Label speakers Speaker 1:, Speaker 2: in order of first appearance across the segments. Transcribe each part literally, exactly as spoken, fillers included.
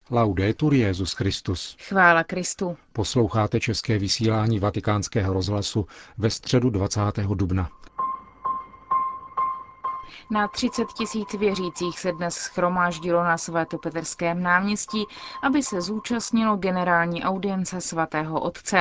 Speaker 1: Laudetur Jesus Christus.
Speaker 2: Chvála Kristu.
Speaker 1: Posloucháte české vysílání Vatikánského rozhlasu ve středu dvacátého dubna.
Speaker 2: Na třicet tisíc věřících se dnes shromáždilo na svatopetrském náměstí, aby se zúčastnilo generální audience svatého otce.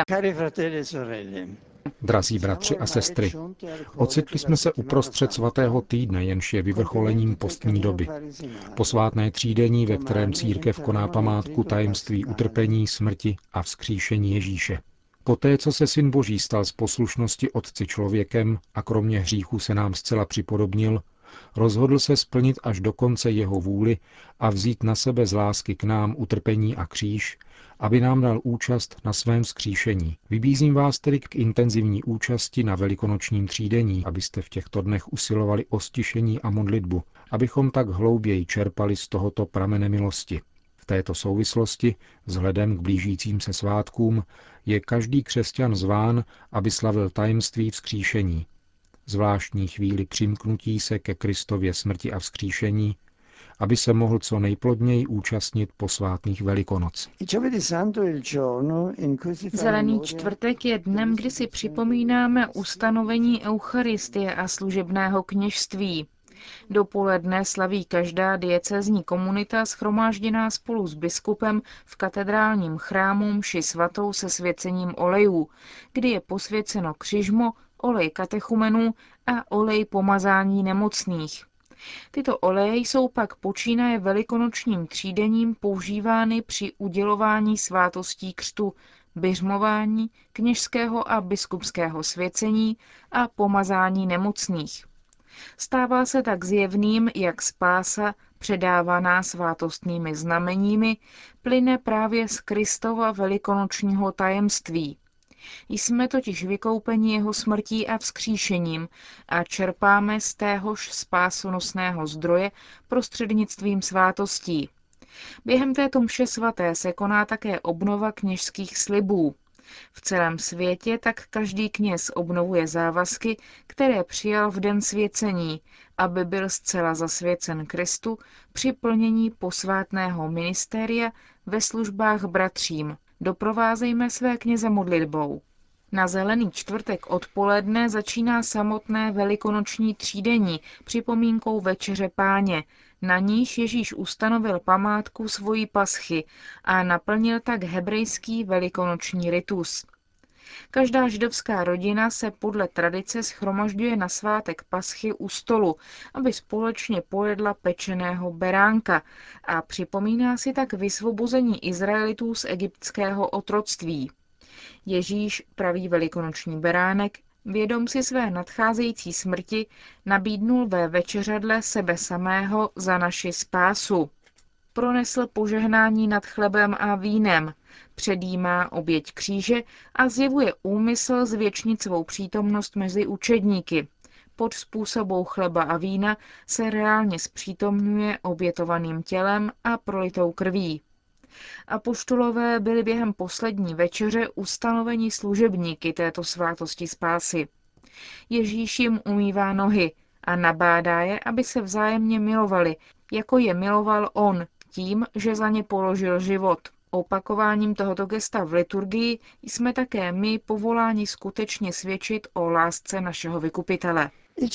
Speaker 1: Drazí bratři a sestry, ocitli jsme se uprostřed svatého týdne, jenž je vyvrcholením postní doby. Posvátné třídení, ve kterém církev koná památku tajemství utrpení, smrti a vzkříšení Ježíše. Poté, co se Syn Boží stal z poslušnosti Otci člověkem a kromě hříchu se nám zcela připodobnil, rozhodl se splnit až do konce jeho vůli a vzít na sebe z lásky k nám utrpení a kříž, aby nám dal účast na svém vzkříšení. Vybízím vás tedy k intenzivní účasti na velikonočním třídení, abyste v těchto dnech usilovali o stišení a modlitbu, abychom tak hlouběji čerpali z tohoto pramene milosti. V této souvislosti, vzhledem k blížícím se svátkům, je každý křesťan zván, aby slavil tajemství vzkříšení. Zvláštní chvíli přimknutí se ke Kristově smrti a vzkříšení, aby se mohl co nejplodněji účastnit posvátných Velikonoc.
Speaker 2: Zelený čtvrtek je dnem, kdy si připomínáme ustanovení Eucharistie a služebného kněžství. Dopoledne slaví každá diecézní komunita shromážděná spolu s biskupem v katedrálním chrámu mši svatou se svěcením olejů, kdy je posvěceno křižmo, olej katechumenů a olej pomazání nemocných. Tyto oleje jsou pak počínaje velikonočním třídením používány při udělování svátostí křtu, biřmování, kněžského a biskupského svěcení a pomazání nemocných. Stává se tak zjevným, jak spása, předávaná svátostnými znameními, plyne právě z Kristova velikonočního tajemství. Jsme totiž vykoupeni jeho smrtí a vzkříšením a čerpáme z téhož spásonosného zdroje prostřednictvím svátostí. Během této mše svaté se koná také obnova kněžských slibů. V celém světě tak každý kněz obnovuje závazky, které přijal v den svěcení, aby byl zcela zasvěcen Kristu při plnění posvátného ministéria ve službách bratřím. Doprovázejme své kněze modlitbou. Na Zelený čtvrtek odpoledne začíná samotné velikonoční třídení připomínkou Večeře Páně, na níž Ježíš ustanovil památku svojí paschy a naplnil tak hebrejský velikonoční ritus. Každá židovská rodina se podle tradice shromažďuje na svátek paschy u stolu, aby společně pojedla pečeného beránka a připomíná si tak vysvobození Izraelitů z egyptského otroctví. Ježíš, pravý velikonoční beránek, vědom si své nadcházející smrti, nabídnul ve večeřadle sebe samého za naši spásu. Pronesl požehnání nad chlebem a vínem, předjímá oběť kříže a zjevuje úmysl zvěčnit svou přítomnost mezi učedníky. Pod způsobou chleba a vína se reálně zpřítomňuje obětovaným tělem a prolitou krví. Apoštolové byli během poslední večeře ustanoveni služebníky této svátosti spásy. Ježíš jim umývá nohy a nabádá je, aby se vzájemně milovali, jako je miloval on, tím, že za ně položil život. Opakováním tohoto gesta v liturgii jsme také my povoláni skutečně svědčit o lásce našeho vykupitele.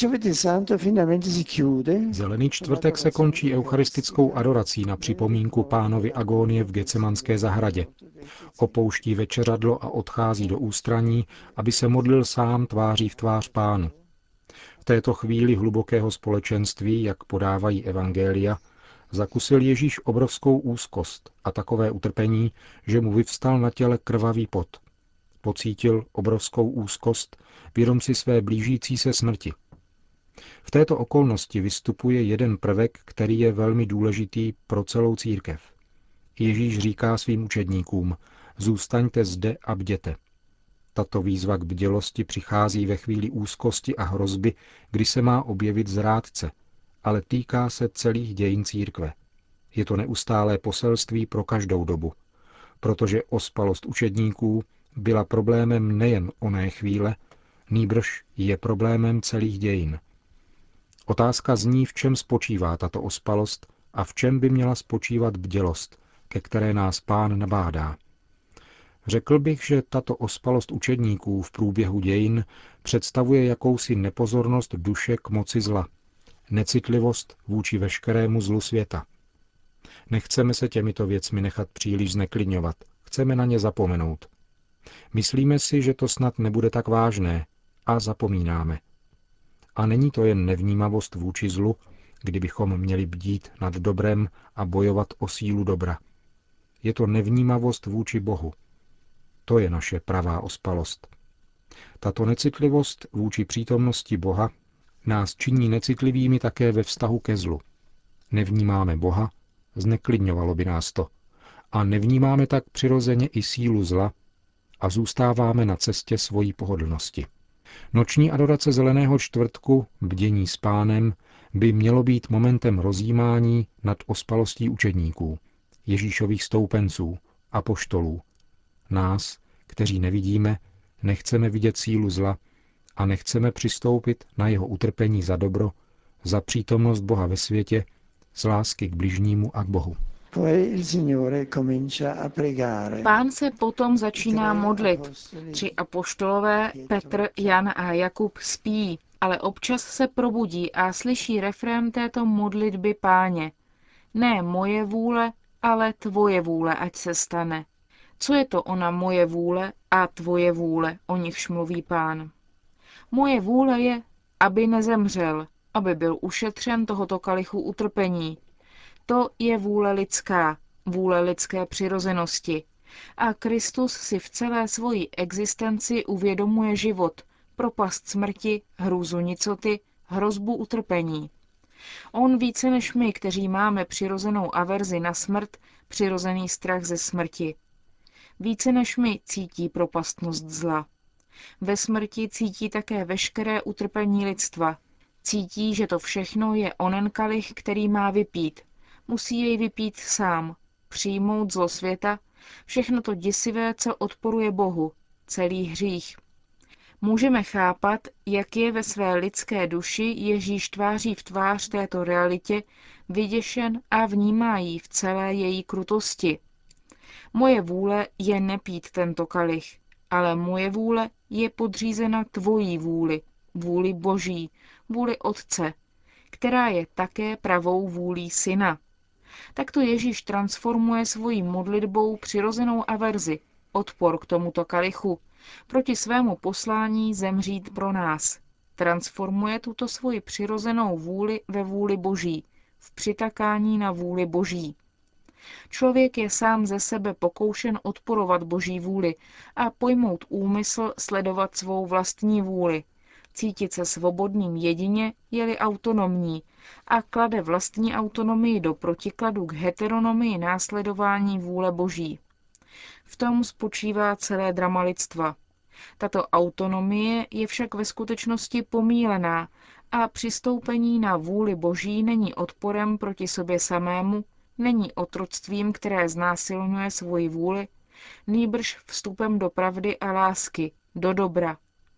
Speaker 1: Zelený čtvrtek se končí eucharistickou adorací na připomínku Pánovy agónie v Getsemanské zahradě. Opouští večeřadlo a odchází do ústraní, aby se modlil sám tváří v tvář Pánu. V této chvíli hlubokého společenství, jak podávají evangelia, zakusil Ježíš obrovskou úzkost a takové utrpení, že mu vyvstal na těle krvavý pot. Pocítil obrovskou úzkost, vědom si své blížící se smrti. V této okolnosti vystupuje jeden prvek, který je velmi důležitý pro celou církev. Ježíš říká svým učedníkům, zůstaňte zde a bděte. Tato výzva k bdělosti přichází ve chvíli úzkosti a hrozby, kdy se má objevit zrádce, ale týká se celých dějin církve. Je to neustálé poselství pro každou dobu, protože ospalost učedníků byla problémem nejen oné chvíle, nýbrž je problémem celých dějin. Otázka zní, v čem spočívá tato ospalost a v čem by měla spočívat bdělost, ke které nás Pán nabádá. Řekl bych, že tato ospalost učedníků v průběhu dějin představuje jakousi nepozornost duše k moci zla, necitlivost vůči veškerému zlu světa. Nechceme se těmito věcmi nechat příliš zneklidňovat, chceme na ně zapomenout. Myslíme si, že to snad nebude tak vážné a zapomínáme. A není to jen nevnímavost vůči zlu, kdybychom měli bdít nad dobrem a bojovat o sílu dobra. Je to nevnímavost vůči Bohu. To je naše pravá ospalost. Tato necitlivost vůči přítomnosti Boha nás činí necitlivými také ve vztahu ke zlu. Nevnímáme Boha, zneklidňovalo by nás to. A nevnímáme tak přirozeně i sílu zla a zůstáváme na cestě svojí pohodlnosti. Noční adorace Zeleného čtvrtku, bdění s Pánem, by mělo být momentem rozjímání nad ospalostí učedníků, Ježíšových stoupenců, apoštolů. Nás, kteří nevidíme, nechceme vidět sílu zla a nechceme přistoupit na jeho utrpení za dobro, za přítomnost Boha ve světě, z lásky k bližnímu a k Bohu.
Speaker 2: Pán se potom začíná modlit. Tři apoštolové, Petr, Jan a Jakub, spí, ale občas se probudí a slyší refrén této modlitby Páně. Ne moje vůle, ale tvoje vůle, ať se stane. Co je to ona moje vůle a tvoje vůle, o nichž mluví Pán? Moje vůle je, aby nezemřel, aby byl ušetřen tohoto kalichu utrpení. To je vůle lidská, vůle lidské přirozenosti. A Kristus si v celé svojí existenci uvědomuje život, propast smrti, hrůzu nicoty, hrozbu utrpení. On více než my, kteří máme přirozenou averzi na smrt, přirozený strach ze smrti. Více než my cítí propastnost zla. Ve smrti cítí také veškeré utrpení lidstva. Cítí, že to všechno je onen kalich, který má vypít. Musí jej vypít sám, přijmout zlo světa, všechno to děsivé, co odporuje Bohu, celý hřích. Můžeme chápat, jak je ve své lidské duši Ježíš tváří v tvář této realitě vyděšen a vnímá ji v celé její krutosti. Moje vůle je nepít tento kalich, ale moje vůle je podřízena tvojí vůli, vůli Boží, vůli Otce, která je také pravou vůlí Syna. Takto Ježíš transformuje svojí modlitbou přirozenou averzi, odpor k tomuto kalichu, proti svému poslání zemřít pro nás. Transformuje tuto svoji přirozenou vůli ve vůli Boží, v přitakání na vůli Boží. Člověk je sám ze sebe pokoušen odporovat Boží vůli a pojmout úmysl sledovat svou vlastní vůli. Cítit se svobodným jedině, je-li autonomní, a klade vlastní autonomii do protikladu k heteronomii následování vůle Boží. V tom spočívá celé drama lidstva. Tato autonomie je však ve skutečnosti pomílená a přistoupení na vůli Boží není odporem proti sobě samému, není otroctvím, které znásilňuje svoji vůli, nýbrž vstupem do pravdy a lásky, do dobra.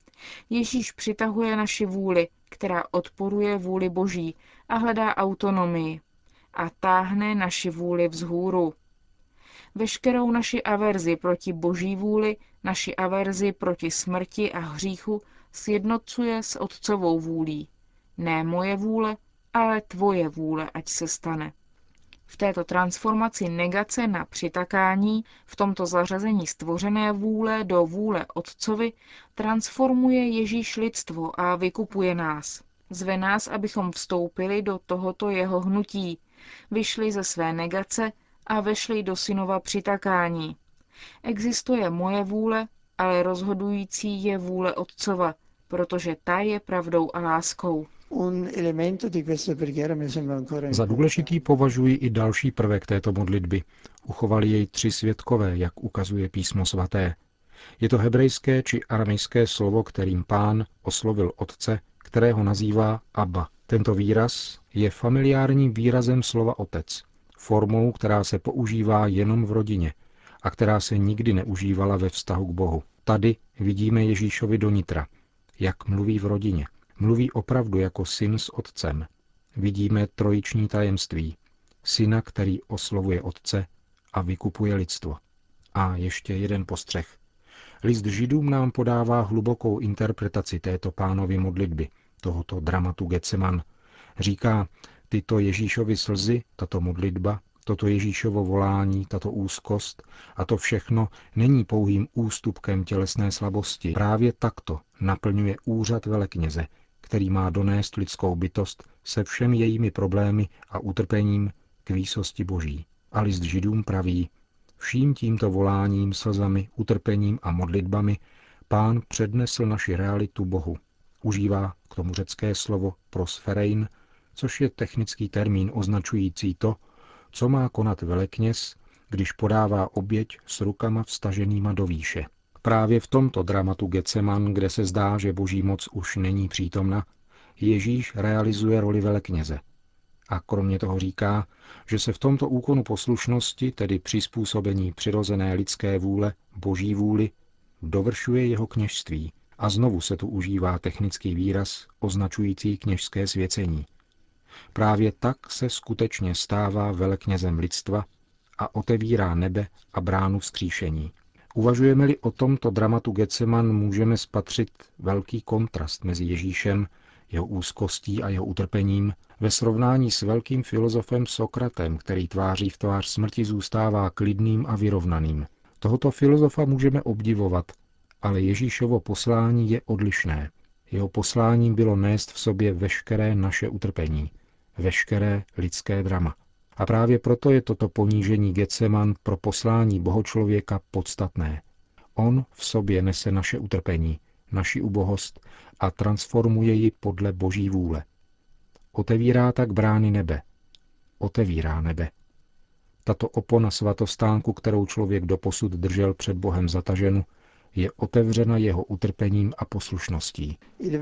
Speaker 2: Ježíš přitahuje naši vůli, která odporuje vůli Boží a hledá autonomii a táhne naši vůli vzhůru. Veškerou naši averzi proti Boží vůli, naši averzi proti smrti a hříchu sjednocuje s Otcovou vůlí. Ne moje vůle, ale tvoje vůle, ať se stane. V této transformaci negace na přitakání, v tomto zařazení stvořené vůle do vůle Otcovi, transformuje Ježíš lidstvo a vykupuje nás. Zve nás, abychom vstoupili do tohoto jeho hnutí, vyšli ze své negace a vešli do synova přitakání. Existuje moje vůle, ale rozhodující je vůle Otcova, protože ta je pravdou a láskou.
Speaker 1: Za důležitý považuji i další prvek této modlitby. Uchovali jej tři svědkové, jak ukazuje Písmo svaté. Je to hebrejské či aramejské slovo, kterým Pán oslovil Otce, kterého nazývá Abba. Tento výraz je familiárním výrazem slova otec, formou, která se používá jenom v rodině a která se nikdy neužívala ve vztahu k Bohu. Tady vidíme Ježíšovi do nitra, jak mluví v rodině. Mluví opravdu jako syn s otcem. Vidíme trojiční tajemství. Syna, který oslovuje otce, a vykupuje lidstvo. A ještě jeden postřeh. List Židům nám podává hlubokou interpretaci této Pánovy modlitby, tohoto dramatu Getseman. Říká, tyto Ježíšovy slzy, tato modlitba, toto Ježíšovo volání, tato úzkost a to všechno není pouhým ústupkem tělesné slabosti. Právě takto naplňuje úřad velekněze, který má donést lidskou bytost se všemi jejími problémy a utrpením k výsosti Boží. A list Židům praví, vším tímto voláním, slzami, utrpením a modlitbami Pán přednesl naši realitu Bohu. Užívá k tomu řecké slovo prosferein, což je technický termín označující to, co má konat velekněz, když podává oběť s rukama vstaženýma do výše. Právě v tomto dramatu Getseman, kde se zdá, že boží moc už není přítomna, Ježíš realizuje roli velekněze. A kromě toho říká, že se v tomto úkonu poslušnosti, tedy přizpůsobení přirozené lidské vůle, boží vůli, dovršuje jeho kněžství. A znovu se tu užívá technický výraz označující kněžské svěcení. Právě tak se skutečně stává veleknězem lidstva a otevírá nebe a bránu vzkříšení. Uvažujeme-li o tomto dramatu Getseman, můžeme spatřit velký kontrast mezi Ježíšem, jeho úzkostí a jeho utrpením ve srovnání s velkým filozofem Sokratem, který tváří v tvář smrti zůstává klidným a vyrovnaným. Tohoto filozofa můžeme obdivovat, ale Ježíšovo poslání je odlišné. Jeho posláním bylo nést v sobě veškeré naše utrpení, veškeré lidské drama. A právě proto je toto ponížení Getseman pro poslání bohočlověka podstatné. On v sobě nese naše utrpení, naši ubohost a transformuje ji podle boží vůle. Otevírá tak brány nebe. Otevírá nebe. Tato opona svatostánku, kterou člověk doposud držel před Bohem zataženu, je otevřena jeho utrpením a poslušností.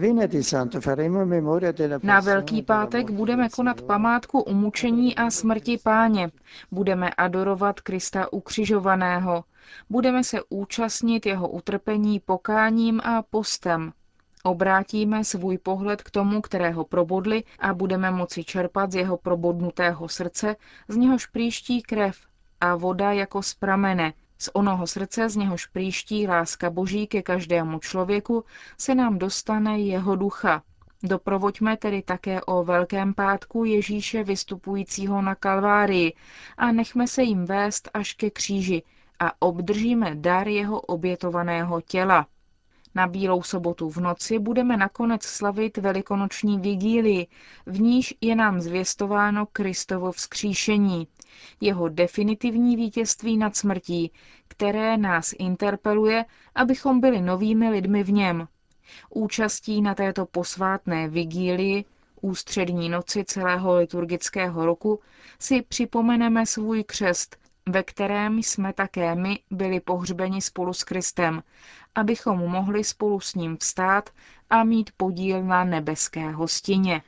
Speaker 2: Na Velký pátek budeme konat památku umučení a smrti Páně. Budeme adorovat Krista ukřižovaného. Budeme se účastnit jeho utrpení pokáním a postem. Obrátíme svůj pohled k tomu, kterého probodli, a budeme moci čerpat z jeho probodnutého srdce, z něhož prýští krev a voda jako z pramene. Z onoho srdce, z něhož prýští láska Boží ke každému člověku, se nám dostane jeho ducha. Doprovoďme tedy také o Velkém pátku Ježíše vystupujícího na Kalvárii a nechme se jim vést až ke kříži a obdržíme dar jeho obětovaného těla. Na Bílou sobotu v noci budeme nakonec slavit velikonoční vigílii, v níž je nám zvěstováno Kristovo vzkříšení, jeho definitivní vítězství nad smrtí, které nás interpeluje, abychom byli novými lidmi v něm. Účastí na této posvátné vigílii, ústřední noci celého liturgického roku, si připomeneme svůj křest, ve kterém jsme také my byli pohřbeni spolu s Kristem, abychom mohli spolu s ním vstát a mít podíl na nebeské hostině.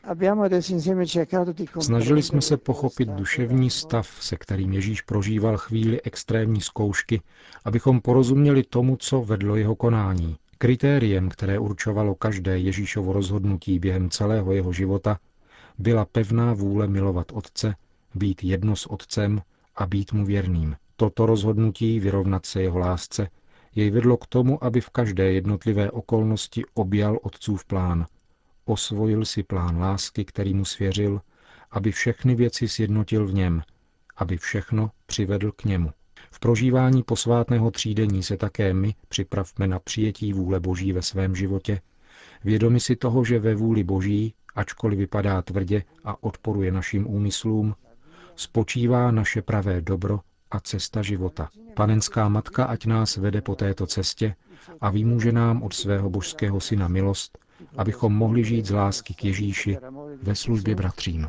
Speaker 1: Snažili jsme se pochopit duševní stav, se kterým Ježíš prožíval chvíli extrémní zkoušky, abychom porozuměli tomu, co vedlo jeho konání. Kritériem, které určovalo každé Ježíšovo rozhodnutí během celého jeho života, byla pevná vůle milovat Otce, být jedno s Otcem a být mu věrným. Toto rozhodnutí vyrovnat se jeho lásce jej vedlo k tomu, aby v každé jednotlivé okolnosti objal Otcův plán. Osvojil si plán lásky, který mu svěřil, aby všechny věci sjednotil v něm, aby všechno přivedl k němu. V prožívání posvátného třídení se také my připravme na přijetí vůle Boží ve svém životě, vědomi si toho, že ve vůli Boží, ačkoliv vypadá tvrdě a odporuje našim úmyslům, spočívá naše pravé dobro a cesta života. Panenská matka ať nás vede po této cestě a vymůže nám od svého božského syna milost, abychom mohli žít z lásky k Ježíši ve službě bratřím.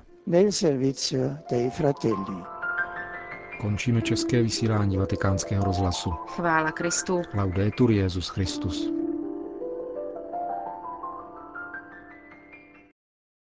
Speaker 1: Končíme české vysílání Vatikánského rozhlasu.
Speaker 2: Chvála Kristu.
Speaker 1: Laudetur Jesus Christus.